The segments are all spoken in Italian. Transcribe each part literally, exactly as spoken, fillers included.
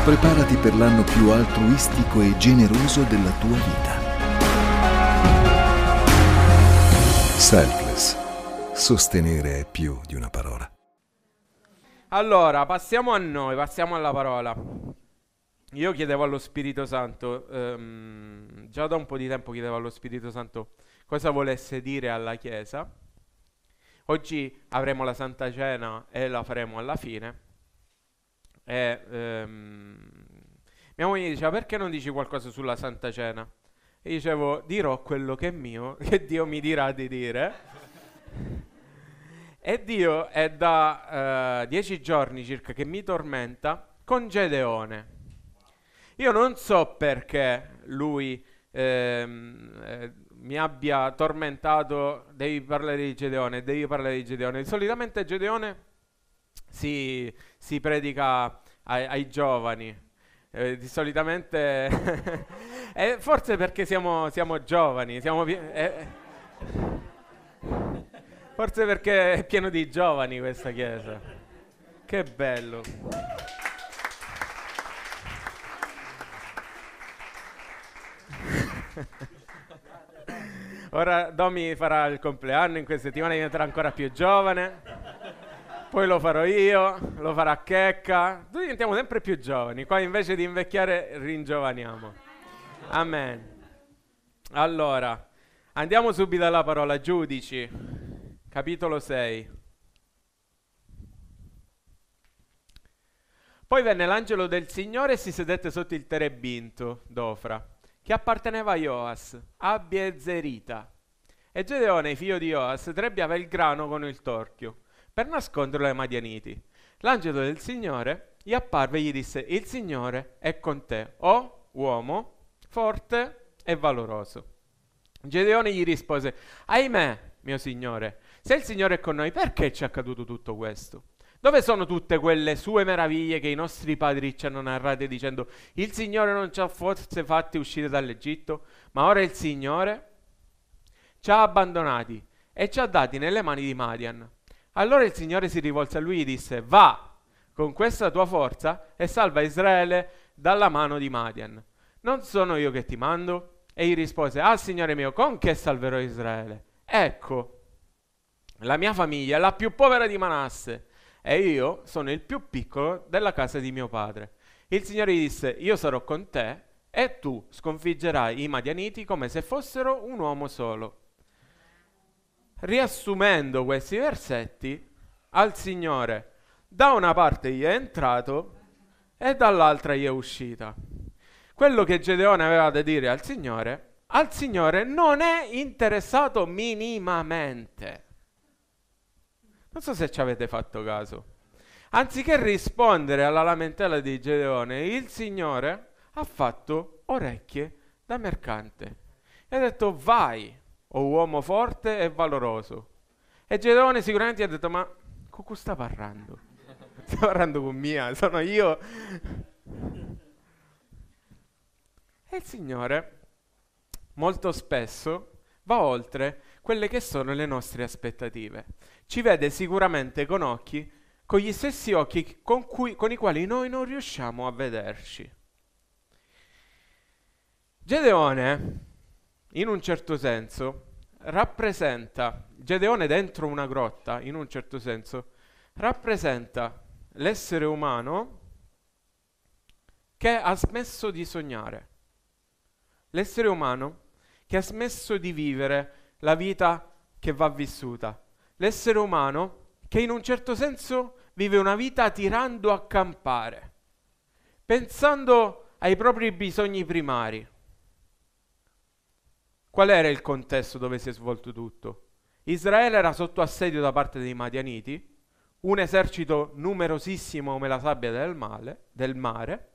Preparati per l'anno più altruistico e generoso della tua vita. Selfless. Sostenere è più di una parola. Allora, passiamo a noi, passiamo alla parola. Io chiedevo allo Spirito Santo, ehm, già da un po' di tempo chiedevo allo Spirito Santo cosa volesse dire alla Chiesa. Oggi avremo la Santa Cena e la faremo alla fine. E ehm, mia moglie diceva: perché non dici qualcosa sulla Santa Cena? E dicevo: dirò quello che è mio, che Dio mi dirà di dire. E Dio è da uh, dieci giorni circa che mi tormenta con Gedeone. Io non so perché lui ehm, eh, mi abbia tormentato: devi parlare di Gedeone, devi parlare di Gedeone. Solitamente Gedeone si, si predica ai, ai giovani, eh, di solitamente eh, forse perché siamo, siamo giovani, siamo pi- eh, forse perché è pieno di giovani questa chiesa. Che bello. Ora Domi farà il compleanno in questa settimana, diventerà ancora più giovane. Poi lo farò io, lo farà Checca. Noi diventiamo sempre più giovani. Qua invece di invecchiare ringiovaniamo. Amen. Allora, andiamo subito alla parola. Giudici, capitolo sei. Poi venne l'angelo del Signore e si sedette sotto il terebinto d'Ofra, che apparteneva a Joas, a Biezerita. E Gedeone, figlio di Joas, trebbiava il grano con il torchio, per nasconderlo ai Madianiti. L'angelo del Signore gli apparve e gli disse: il Signore è con te, o uomo forte e valoroso. Gedeone gli rispose: ahimè, mio Signore, se il Signore è con noi, perché ci è accaduto tutto questo? Dove sono tutte quelle sue meraviglie che i nostri padri ci hanno narrate dicendo: il Signore non ci ha forse fatti uscire dall'Egitto? Ma ora il Signore ci ha abbandonati e ci ha dati nelle mani di Madian. Allora il Signore si rivolse a lui e disse: va con questa tua forza e salva Israele dalla mano di Madian. Non sono io che ti mando? E gli rispose: ah, Signore mio, con che salverò Israele? Ecco, la mia famiglia è la più povera di Manasse e io sono il più piccolo della casa di mio padre. Il Signore gli disse: io sarò con te e tu sconfiggerai i Madianiti come se fossero un uomo solo. Riassumendo questi versetti, al Signore da una parte gli è entrato e dall'altra gli è uscita. Quello che Gedeone aveva da dire al Signore, al Signore non è interessato minimamente. Non so se ci avete fatto caso. Anziché rispondere alla lamentela di Gedeone, il Signore ha fatto orecchie da mercante e ha detto: vai, o uomo forte e valoroso. E Gedeone sicuramente ha detto: ma con cui sta parlando? Sta parlando con mia, sono io. E il Signore molto spesso va oltre quelle che sono le nostre aspettative. Ci vede sicuramente con occhi, con gli stessi occhi con, cui, con i quali noi non riusciamo a vederci. Gedeone, in un certo senso, rappresenta, Gedeone dentro una grotta, in un certo senso, rappresenta l'essere umano che ha smesso di sognare. L'essere umano che ha smesso di vivere la vita che va vissuta. L'essere umano che in un certo senso vive una vita tirando a campare, pensando ai propri bisogni primari. Qual era il contesto dove si è svolto tutto? Israele era sotto assedio da parte dei Madianiti, un esercito numerosissimo come la sabbia del, male, del mare,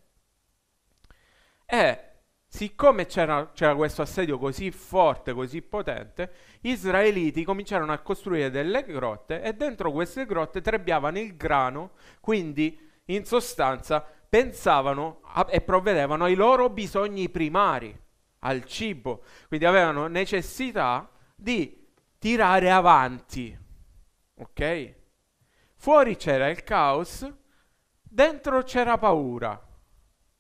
e siccome c'era, c'era questo assedio così forte, così potente, gli israeliti cominciarono a costruire delle grotte e dentro queste grotte trebbiavano il grano, quindi in sostanza pensavano a, e provvedevano ai loro bisogni primari, al cibo, quindi avevano necessità di tirare avanti, ok? Fuori c'era il caos, dentro c'era paura.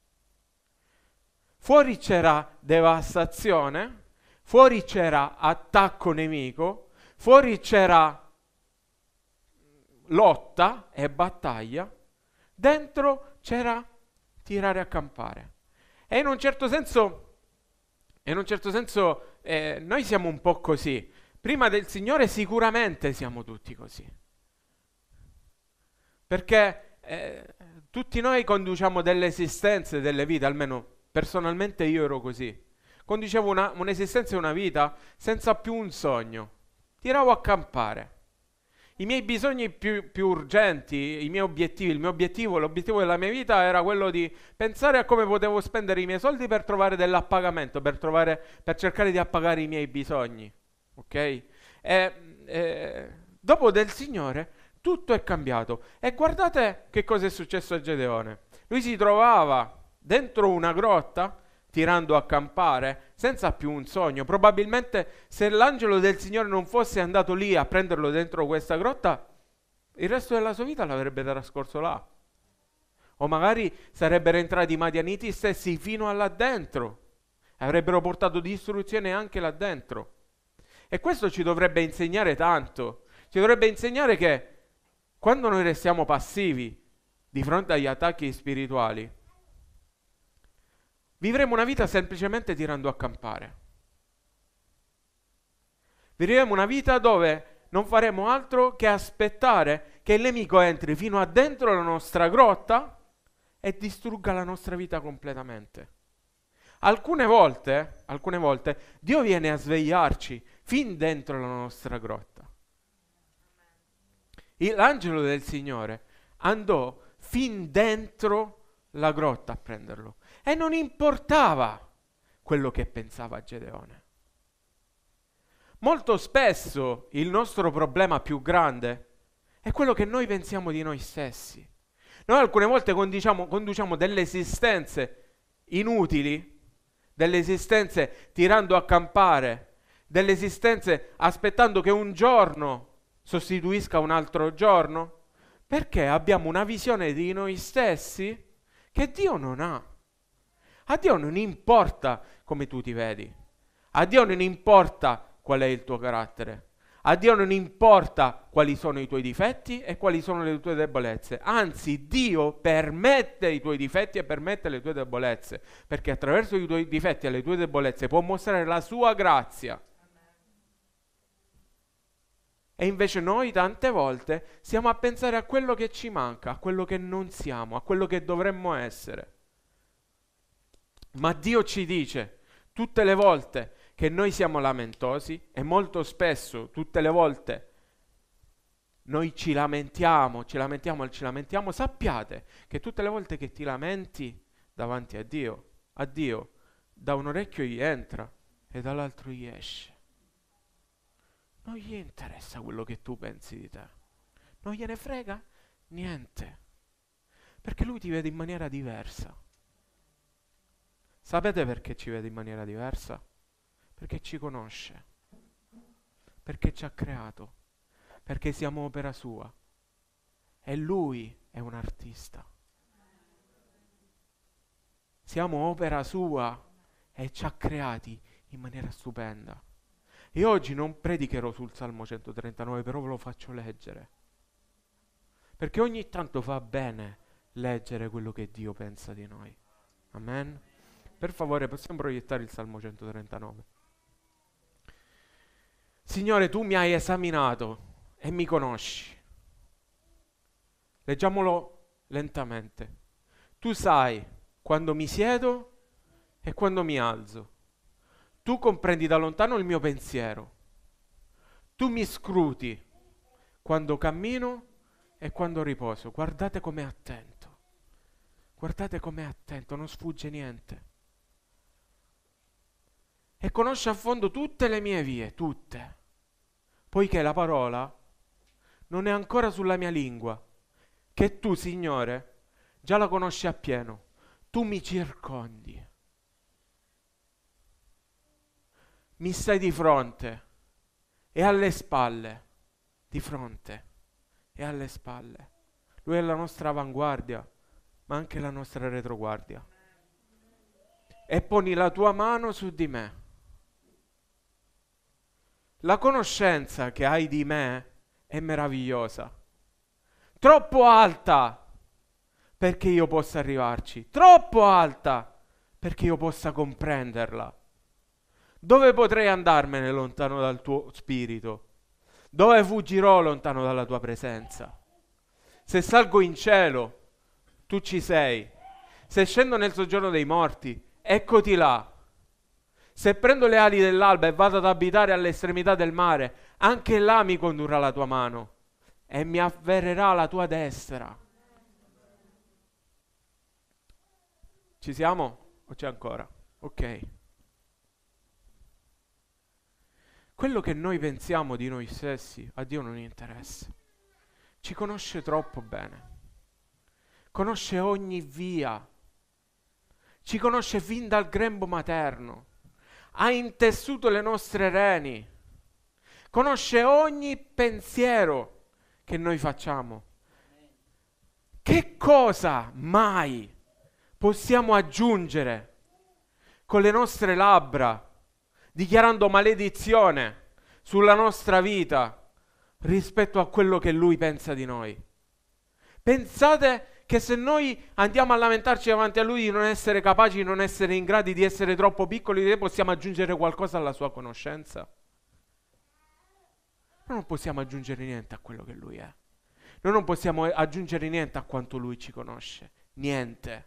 fuori c'era devastazione, fuori c'era attacco nemico, fuori c'era lotta e battaglia, dentro c'era tirare a campare. E in un certo senso, in un certo senso eh, noi siamo un po' così. Prima del Signore sicuramente siamo tutti così. Perché eh, tutti noi conduciamo delle esistenze, delle vite, almeno personalmente io ero così. Conducevo una, un'esistenza e una vita senza più un sogno. Tiravo a campare. I miei bisogni più, più urgenti, i miei obiettivi, il mio obiettivo, l'obiettivo della mia vita era quello di pensare a come potevo spendere i miei soldi per trovare dell'appagamento, per, trovare, per cercare di appagare i miei bisogni. Ok? E, e, dopo del Signore tutto è cambiato. E guardate che cosa è successo a Gedeone. Lui si trovava dentro una grotta, tirando a campare, senza più un sogno. Probabilmente se l'angelo del Signore non fosse andato lì a prenderlo dentro questa grotta, il resto della sua vita l'avrebbe trascorso là. O magari sarebbero entrati i Madianiti stessi fino a là dentro. Avrebbero portato distruzione anche là dentro. E questo ci dovrebbe insegnare tanto. Ci dovrebbe insegnare che quando noi restiamo passivi di fronte agli attacchi spirituali, vivremo una vita semplicemente tirando a campare. Vivremo una vita dove non faremo altro che aspettare che il nemico entri fino a dentro la nostra grotta e distrugga la nostra vita completamente. Alcune volte, alcune volte, Dio viene a svegliarci fin dentro la nostra grotta. Il- L'angelo del Signore andò fin dentro la grotta a prenderlo. E non importava quello che pensava Gedeone. Molto spesso il nostro problema più grande è quello che noi pensiamo di noi stessi. Noi alcune volte conduciamo, conduciamo delle esistenze inutili, delle esistenze tirando a campare, delle esistenze aspettando che un giorno sostituisca un altro giorno, perché abbiamo una visione di noi stessi che Dio non ha. A Dio non importa come tu ti vedi, a Dio non importa qual è il tuo carattere, a Dio non importa quali sono i tuoi difetti e quali sono le tue debolezze, anzi Dio permette i tuoi difetti e permette le tue debolezze, perché attraverso i tuoi difetti e le tue debolezze può mostrare la sua grazia. E invece noi tante volte stiamo a pensare a quello che ci manca, a quello che non siamo, a quello che dovremmo essere. Ma Dio ci dice tutte le volte che noi siamo lamentosi, e molto spesso tutte le volte noi ci lamentiamo, ci lamentiamo e ci lamentiamo, sappiate che tutte le volte che ti lamenti davanti a Dio, a Dio, da un orecchio gli entra e dall'altro gli esce. Non gli interessa quello che tu pensi di te, non gliene frega niente, perché lui ti vede in maniera diversa. Sapete perché ci vede in maniera diversa? Perché ci conosce, perché ci ha creato, perché siamo opera sua e lui è un artista. Siamo opera sua e ci ha creati in maniera stupenda. E oggi non predicherò sul Salmo centotrentanove, però ve lo faccio leggere, perché ogni tanto fa bene leggere quello che Dio pensa di noi. Amen? Per favore, possiamo proiettare il Salmo centotrentanove. Signore, tu mi hai esaminato e mi conosci. Leggiamolo lentamente. Tu sai quando mi siedo e quando mi alzo. Tu comprendi da lontano il mio pensiero. Tu mi scruti quando cammino e quando riposo. Guardate com'è attento. Guardate com'è attento, non sfugge niente. E conosce a fondo tutte le mie vie, tutte, poiché la parola non è ancora sulla mia lingua, che tu, Signore, già la conosci appieno. Tu mi circondi, mi stai di fronte e alle spalle, di fronte e alle spalle. Lui è la nostra avanguardia, ma anche la nostra retroguardia. e poni la tua mano su di me. La conoscenza che hai di me è meravigliosa, troppo alta perché io possa arrivarci, troppo alta perché io possa comprenderla. Dove potrei andarmene lontano dal tuo spirito? Dove fuggirò lontano dalla tua presenza? Se salgo in cielo, tu ci sei. Se scendo nel soggiorno dei morti, eccoti là. Se prendo le ali dell'alba e vado ad abitare all'estremità del mare, anche là mi condurrà la tua mano e mi afferrerà la tua destra. Ci siamo? O c'è ancora? Ok. Quello che noi pensiamo di noi stessi a Dio non interessa. Ci conosce troppo bene. Conosce ogni via. Ci conosce fin dal grembo materno. Ha intessuto le nostre reni. Conosce ogni pensiero che noi facciamo. Che cosa mai possiamo aggiungere con le nostre labbra, dichiarando maledizione sulla nostra vita rispetto a quello che Lui pensa di noi? Pensate che se noi andiamo a lamentarci davanti a Lui di non essere capaci, di non essere in grado, di essere troppo piccoli, possiamo aggiungere qualcosa alla sua conoscenza? Noi non possiamo aggiungere niente a quello che Lui è. Noi non possiamo aggiungere niente a quanto Lui ci conosce. Niente.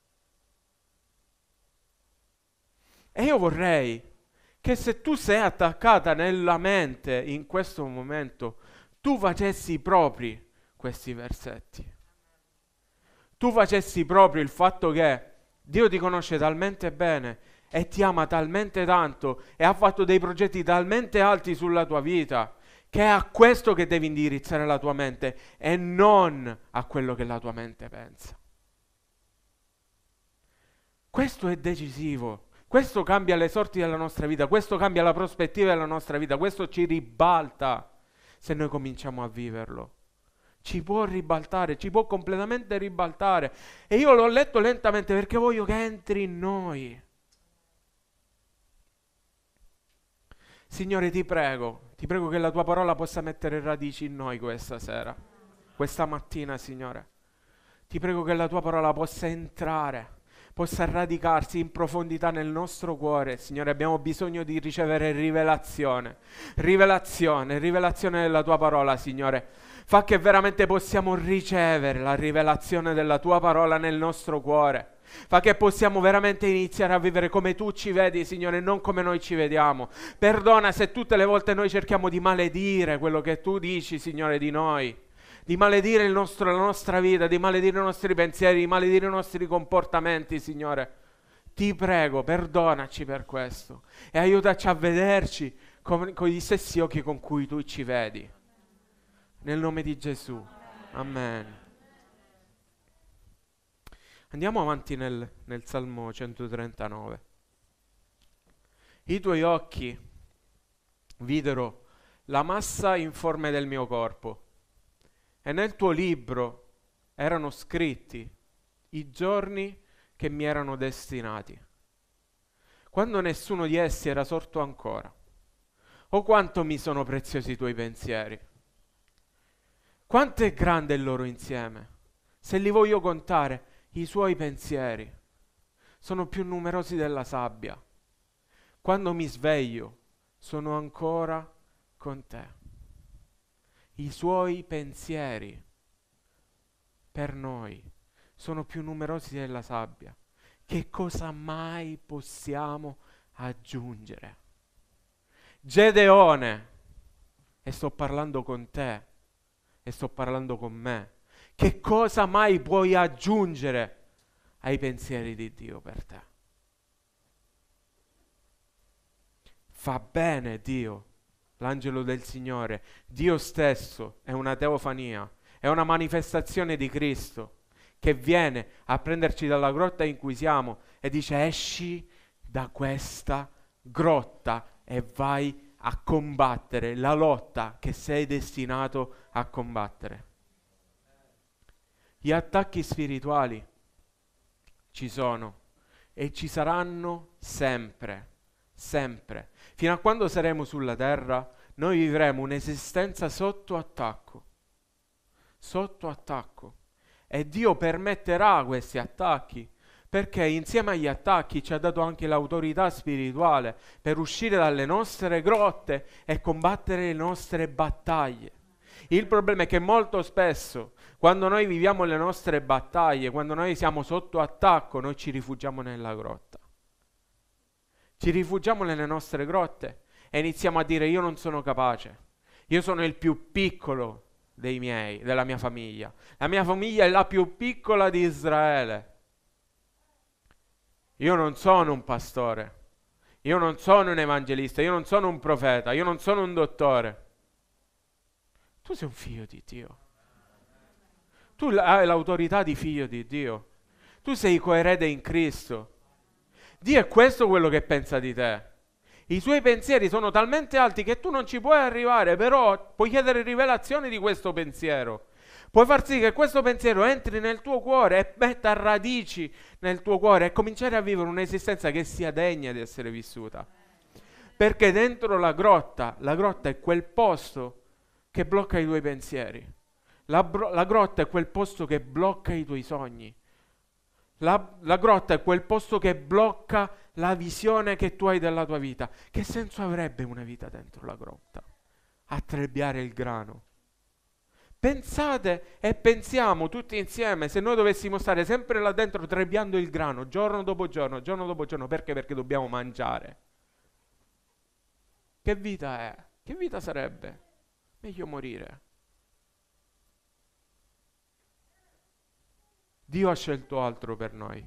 E io vorrei che se tu sei attaccata nella mente in questo momento, tu facessi propri questi versetti. Tu facessi proprio il fatto che Dio ti conosce talmente bene e ti ama talmente tanto e ha fatto dei progetti talmente alti sulla tua vita che è a questo che devi indirizzare la tua mente e non a quello che la tua mente pensa. Questo è decisivo. Questo cambia le sorti della nostra vita, questo cambia la prospettiva della nostra vita, questo ci ribalta se noi cominciamo a viverlo. Ci può ribaltare, ci può completamente ribaltare. E io l'ho letto lentamente perché voglio che entri in noi. Signore, ti prego, ti prego che la tua parola possa mettere radici in noi questa sera, questa mattina, Signore. Ti prego che la tua parola possa entrare, possa radicarsi in profondità nel nostro cuore. Signore, abbiamo bisogno di ricevere rivelazione, rivelazione, rivelazione della tua parola, Signore. Fa che veramente possiamo ricevere la rivelazione della tua parola nel nostro cuore. Fa che possiamo veramente iniziare a vivere come tu ci vedi, Signore, non come noi ci vediamo. Perdona se tutte le volte noi cerchiamo di maledire quello che tu dici, Signore, di noi. Di maledire il nostro, la nostra vita, di maledire i nostri pensieri, di maledire i nostri comportamenti, Signore. Ti prego, perdonaci per questo e aiutaci a vederci con, con gli stessi occhi con cui tu ci vedi. Nel nome di Gesù. Amen. Andiamo avanti nel, nel Salmo centotrentanove. I tuoi occhi videro la massa informe del mio corpo. E nel tuo libro erano scritti i giorni che mi erano destinati, quando nessuno di essi era sorto ancora. Oh, quanto mi sono preziosi i tuoi pensieri! Quanto è grande il loro insieme! Se li voglio contare, i suoi pensieri sono più numerosi della sabbia. Quando mi sveglio, sono ancora con te. I suoi pensieri per noi sono più numerosi della sabbia. Che cosa mai possiamo aggiungere? Gedeone, e sto parlando con te, e sto parlando con me, che cosa mai puoi aggiungere ai pensieri di Dio per te? Fa bene Dio. L'angelo del Signore, Dio stesso, è una teofania, è una manifestazione di Cristo che viene a prenderci dalla grotta in cui siamo e dice: esci da questa grotta e vai a combattere la lotta che sei destinato a combattere. Gli attacchi spirituali ci sono, e ci saranno sempre, sempre. Fino a quando saremo sulla terra, noi vivremo un'esistenza sotto attacco, sotto attacco. E Dio permetterà questi attacchi, perché insieme agli attacchi ci ha dato anche l'autorità spirituale per uscire dalle nostre grotte e combattere le nostre battaglie. Il problema è che molto spesso, quando noi viviamo le nostre battaglie, quando noi siamo sotto attacco, noi ci rifugiamo nella grotta. Ci rifugiamo nelle nostre grotte e iniziamo a dire: io non sono capace, io sono il più piccolo dei miei, della mia famiglia. La mia famiglia è la più piccola di Israele. Io non sono un pastore, io non sono un evangelista, io non sono un profeta, io non sono un dottore. Tu sei un figlio di Dio. Tu hai l'autorità di figlio di Dio. Tu sei coerede in Cristo. Dio è questo quello che pensa di te. I suoi pensieri sono talmente alti che tu non ci puoi arrivare, però puoi chiedere rivelazione di questo pensiero. Puoi far sì che questo pensiero entri nel tuo cuore e metta radici nel tuo cuore e cominciare a vivere un'esistenza che sia degna di essere vissuta. Perché dentro la grotta, la grotta è quel posto che blocca i tuoi pensieri. La, bro- la grotta è quel posto che blocca i tuoi sogni. La, la grotta è quel posto che blocca la visione che tu hai della tua vita. Che senso avrebbe una vita dentro la grotta? A trebbiare il grano. Pensate e pensiamo tutti insieme, se noi dovessimo stare sempre là dentro trebbiando il grano, giorno dopo giorno, giorno dopo giorno, perché? Perché dobbiamo mangiare. Che vita è? Che vita sarebbe? Meglio morire. Dio ha scelto altro per noi.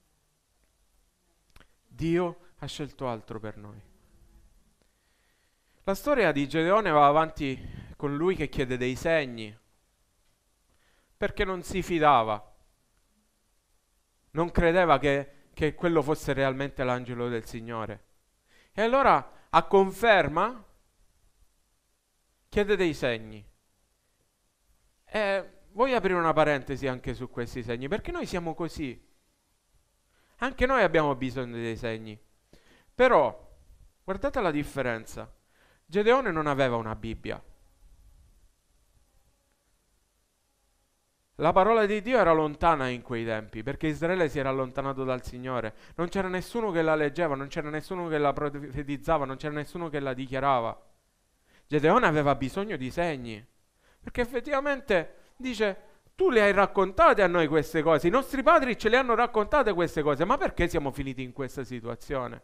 Dio ha scelto altro per noi. La storia di Gedeone va avanti con lui che chiede dei segni, perché non si fidava, non credeva che, che quello fosse realmente l'angelo del Signore. E allora, a conferma, chiede dei segni. E voglio aprire una parentesi anche su questi segni, perché noi siamo così. Anche noi abbiamo bisogno dei segni. Però, guardate la differenza. Gedeone non aveva una Bibbia. La parola di Dio era lontana in quei tempi, perché Israele si era allontanato dal Signore. Non c'era nessuno che la leggeva, non c'era nessuno che la profetizzava, non c'era nessuno che la dichiarava. Gedeone aveva bisogno di segni, perché effettivamente dice: tu le hai raccontate a noi queste cose, i nostri padri ce le hanno raccontate queste cose, ma perché siamo finiti in questa situazione?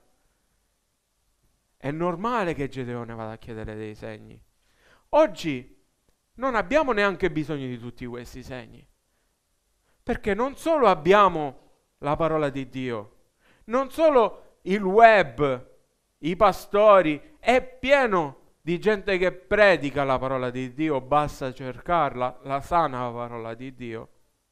È normale che Gedeone vada a chiedere dei segni. Oggi non abbiamo neanche bisogno di tutti questi segni, perché non solo abbiamo la parola di Dio, non solo il web, i pastori, è pieno di gente che predica la parola di Dio, basta cercarla, la sana parola di Dio,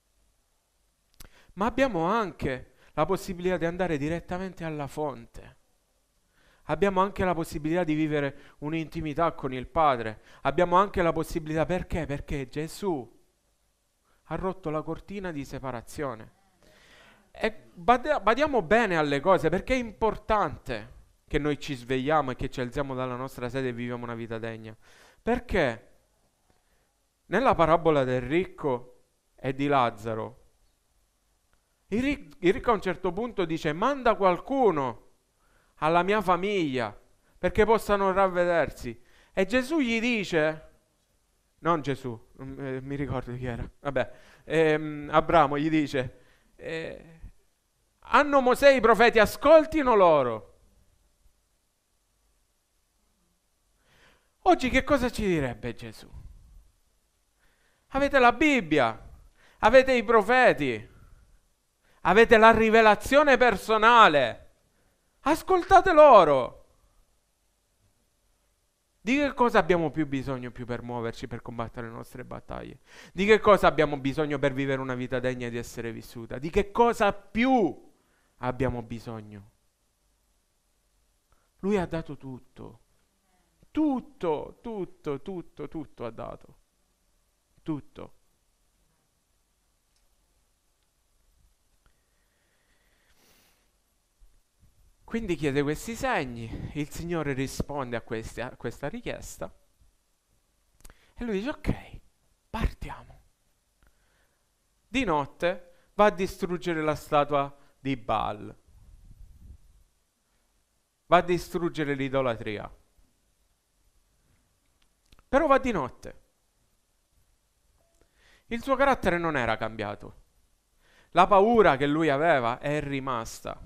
ma abbiamo anche la possibilità di andare direttamente alla fonte. Abbiamo anche la possibilità di vivere un'intimità con il Padre. Abbiamo anche la possibilità, perché? Perché Gesù ha rotto la cortina di separazione. E bad- badiamo bene alle cose, perché è importante che noi ci svegliamo e che ci alziamo dalla nostra sede e viviamo una vita degna. Perché nella parabola del ricco e di Lazzaro, il, ric- il ricco a un certo punto dice: manda qualcuno alla mia famiglia perché possano ravvedersi. E Gesù gli dice, non Gesù, eh, mi ricordo chi era, vabbè, ehm, Abramo gli dice, eh, hanno Mosè e i profeti, ascoltino loro. Oggi che cosa ci direbbe Gesù? Avete la Bibbia, avete i profeti, avete la rivelazione personale. Ascoltate loro. Di che cosa abbiamo più bisogno più per muoverci, per combattere le nostre battaglie? Di che cosa abbiamo bisogno per vivere una vita degna di essere vissuta? Di che cosa più abbiamo bisogno? Lui ha dato tutto. Tutto, tutto, tutto, tutto ha dato. Tutto. Quindi chiede questi segni, il Signore risponde a, questi, a questa richiesta e lui dice ok, partiamo. Di notte va a distruggere la statua di Baal, va a distruggere l'idolatria, però va di notte. Il suo carattere non era cambiato, la paura che lui aveva è rimasta.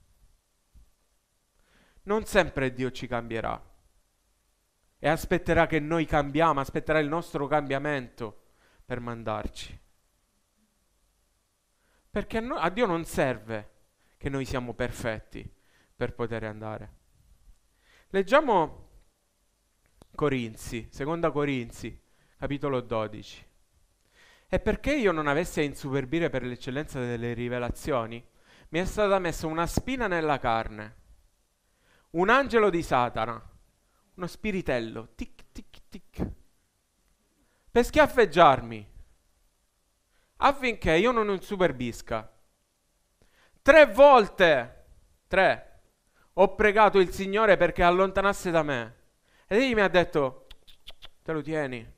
Non sempre Dio ci cambierà e aspetterà che noi cambiamo, aspetterà il nostro cambiamento per mandarci. Perché a, no- a Dio non serve che noi siamo perfetti per poter andare. Leggiamo Corinzi, seconda Corinzi, capitolo dodici. E perché io non avessi a insuperbire per l'eccellenza delle rivelazioni, mi è stata messa una spina nella carne, un angelo di Satana, uno spiritello, tic tic tic, per schiaffeggiarmi, affinché io non insuperbisca. Tre volte, tre, ho pregato il Signore perché allontanasse da me. Ed egli mi ha detto, te lo tieni.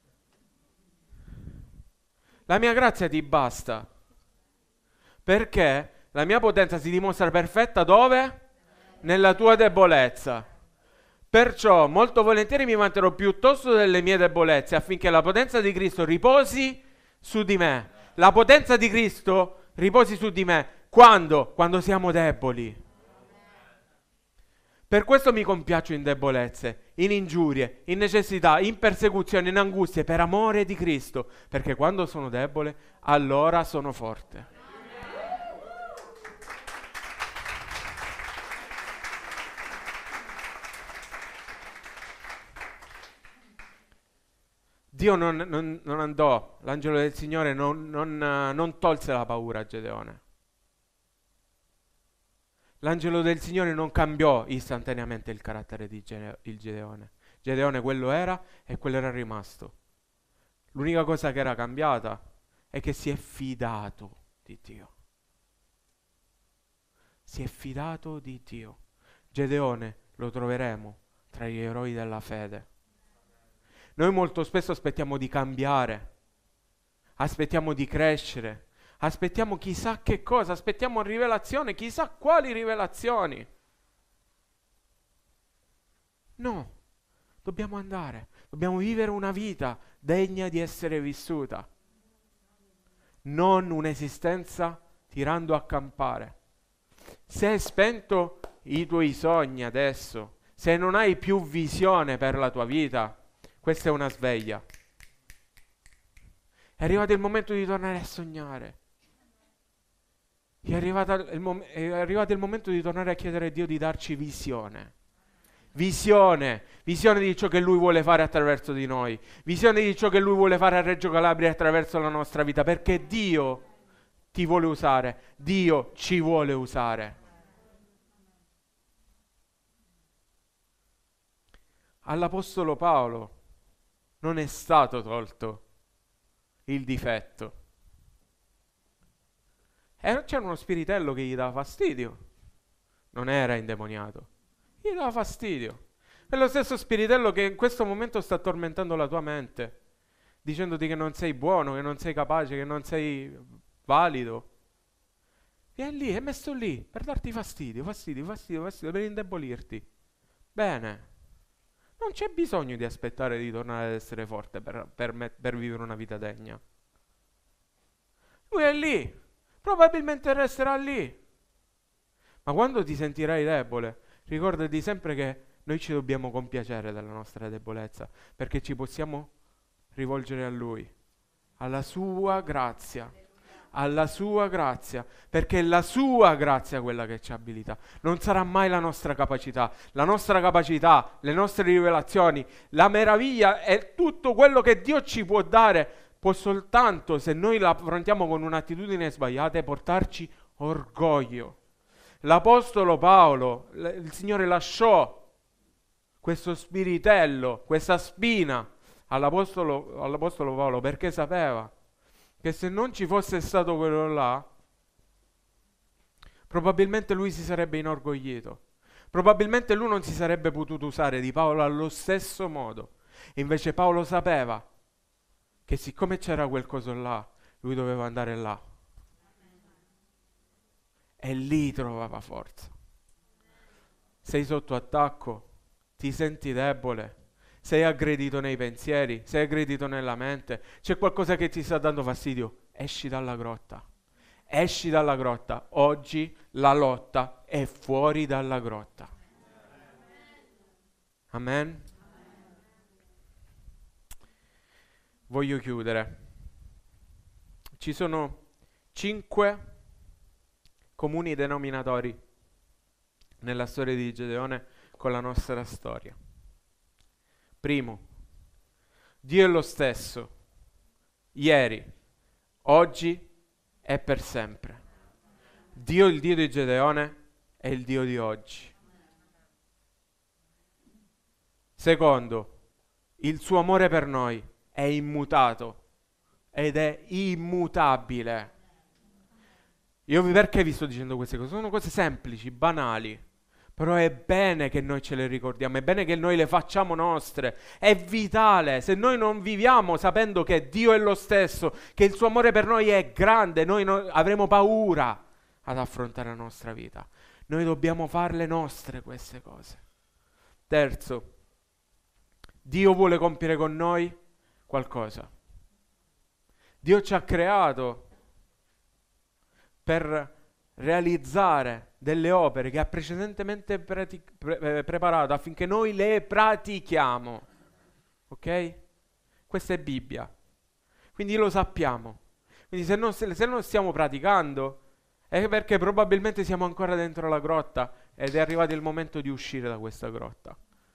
La mia grazia ti basta, perché la mia potenza si dimostra perfetta dove? Nella tua debolezza. Perciò molto volentieri mi vanterò piuttosto delle mie debolezze, affinché la potenza di Cristo riposi su di me. La potenza di Cristo riposi su di me. Quando? Quando siamo deboli. Per questo mi compiaccio in debolezze, in ingiurie, in necessità, in persecuzioni, in angustie, per amore di Cristo, perché quando sono debole, allora sono forte. Dio non, non- non andò, l'angelo del Signore non, non, eh, non tolse la paura a Gedeone. L'angelo del Signore non cambiò istantaneamente il carattere di Gene- il Gedeone. Gedeone quello era e quello era rimasto. L'unica cosa che era cambiata è che si è fidato di Dio. Si è fidato di Dio. Gedeone lo troveremo tra gli eroi della fede. Noi molto spesso aspettiamo di cambiare, aspettiamo di crescere, aspettiamo chissà che cosa, aspettiamo rivelazione, chissà quali rivelazioni. No, dobbiamo andare, dobbiamo vivere una vita degna di essere vissuta, non un'esistenza tirando a campare. Se hai spento i tuoi sogni adesso, se non hai più visione per la tua vita, questa è una sveglia. È arrivato il momento di tornare a sognare. È arrivato il, mom- è arrivato il momento di tornare a chiedere a Dio di darci visione. Visione, visione di ciò che Lui vuole fare attraverso di noi, visione di ciò che Lui vuole fare a Reggio Calabria attraverso la nostra vita, perché Dio ti vuole usare, Dio ci vuole usare. All'Apostolo Paolo non è stato tolto il difetto. E c'era uno spiritello che gli dava fastidio. Non era indemoniato. Gli dava fastidio. È lo stesso spiritello che in questo momento sta tormentando la tua mente, dicendoti che non sei buono, che non sei capace, che non sei valido. Vieni lì, è messo lì per darti fastidio, fastidio, fastidio, fastidio, per indebolirti. Bene. Non c'è bisogno di aspettare di tornare ad essere forte per, per me- per vivere una vita degna. Lui è lì, probabilmente resterà lì. Ma quando ti sentirai debole, ricordati sempre che noi ci dobbiamo compiacere della nostra debolezza, perché ci possiamo rivolgere a Lui, alla Sua grazia. Alla sua grazia, perché è la sua grazia quella che ci abilita, non sarà mai la nostra capacità. La nostra capacità, le nostre rivelazioni, la meraviglia e tutto quello che Dio ci può dare può soltanto, se noi la affrontiamo con un'attitudine sbagliata, portarci orgoglio. L'Apostolo Paolo, l- il Signore lasciò questo spiritello, questa spina all'Apostolo, all'Apostolo Paolo, perché sapeva che se non ci fosse stato quello là, probabilmente lui si sarebbe inorgoglito. Probabilmente lui non si sarebbe potuto usare di Paolo allo stesso modo. E invece Paolo sapeva che siccome c'era quel coso là, lui doveva andare là. E lì trovava forza. Sei sotto attacco, ti senti debole, sei aggredito nei pensieri, sei aggredito nella mente, c'è qualcosa che ti sta dando fastidio, esci dalla grotta. Esci dalla grotta. Oggi la lotta è fuori dalla grotta. Amen. Voglio chiudere. Ci sono cinque comuni denominatori nella storia di Gedeone con la nostra storia. Primo, Dio è lo stesso, ieri, oggi e per sempre. Dio, il Dio di Gedeone, è il Dio di oggi. Secondo, il suo amore per noi è immutato ed è immutabile. Io vi- perché vi sto dicendo queste cose? Sono cose semplici, banali, però è bene che noi ce le ricordiamo, è bene che noi le facciamo nostre, è vitale. Se noi non viviamo sapendo che Dio è lo stesso, che il suo amore per noi è grande, noi no- avremo paura ad affrontare la nostra vita. Noi dobbiamo farle nostre queste cose. Terzo, Dio vuole compiere con noi qualcosa. Dio ci ha creato per realizzare delle opere che ha precedentemente prati- pre- eh, preparato affinché noi le pratichiamo. Ok? Questa è Bibbia. Quindi lo sappiamo. Quindi se non, se non stiamo praticando è perché probabilmente siamo ancora dentro la grotta ed è arrivato il momento di uscire da questa grotta.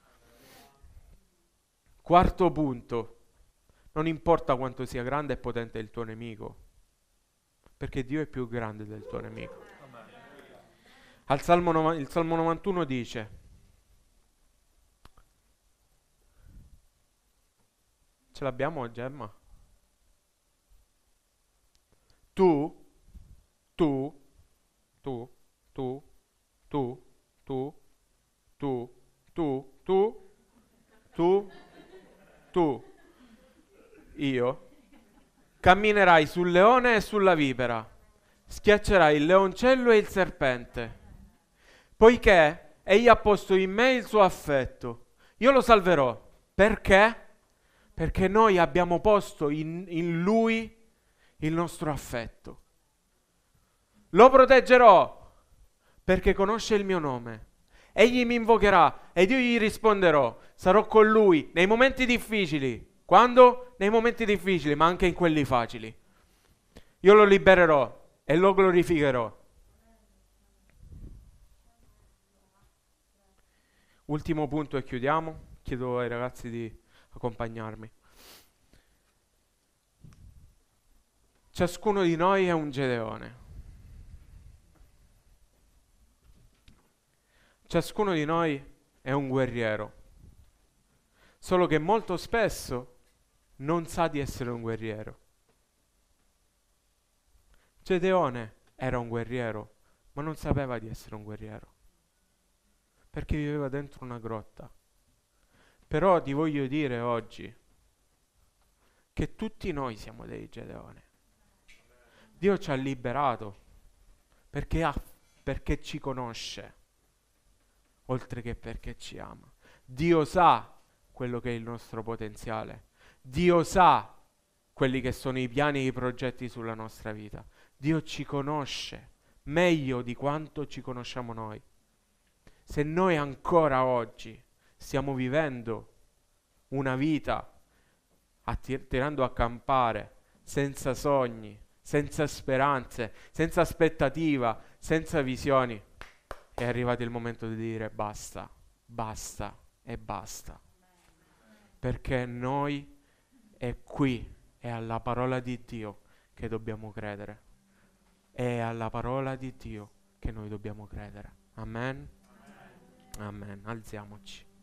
Quarto punto. Non importa quanto sia grande e potente il tuo nemico, perché Dio è più grande del tuo nemico. Al Salmo nova- il Salmo novantuno dice: ce l'abbiamo, Gemma? Tu, tu, tu, tu, tu, tu, tu, tu, tu, tu, tu, io, camminerai sul leone e sulla vipera, schiaccerai il leoncello e il serpente, poiché egli ha posto in me il suo affetto. Io lo salverò. Perché? Perché noi abbiamo posto in, in lui il nostro affetto. Lo proteggerò perché conosce il mio nome. Egli mi invocherà ed io gli risponderò. Sarò con lui nei momenti difficili. Quando? Nei momenti difficili, ma anche in quelli facili. Io lo libererò e lo glorificherò. Ultimo punto e chiudiamo. Chiedo ai ragazzi di accompagnarmi. Ciascuno di noi è un Gedeone. Ciascuno di noi è un guerriero. Solo che molto spesso non sa di essere un guerriero. Gedeone era un guerriero, ma non sapeva di essere un guerriero, perché viveva dentro una grotta. Però ti voglio dire oggi che tutti noi siamo dei Gedeone. Dio ci ha liberato perché, ha, perché ci conosce, oltre che perché ci ama. Dio sa quello che è il nostro potenziale. Dio sa quelli che sono i piani e i progetti sulla nostra vita. Dio ci conosce meglio di quanto ci conosciamo noi. Se noi ancora oggi stiamo vivendo una vita attir- tirando a campare, senza sogni, senza speranze, senza aspettativa, senza visioni, è arrivato il momento di dire basta, basta e basta. Perché noi è qui, è alla parola di Dio che dobbiamo credere. È alla parola di Dio che noi dobbiamo credere. Amen? Amen. Amen. Alziamoci.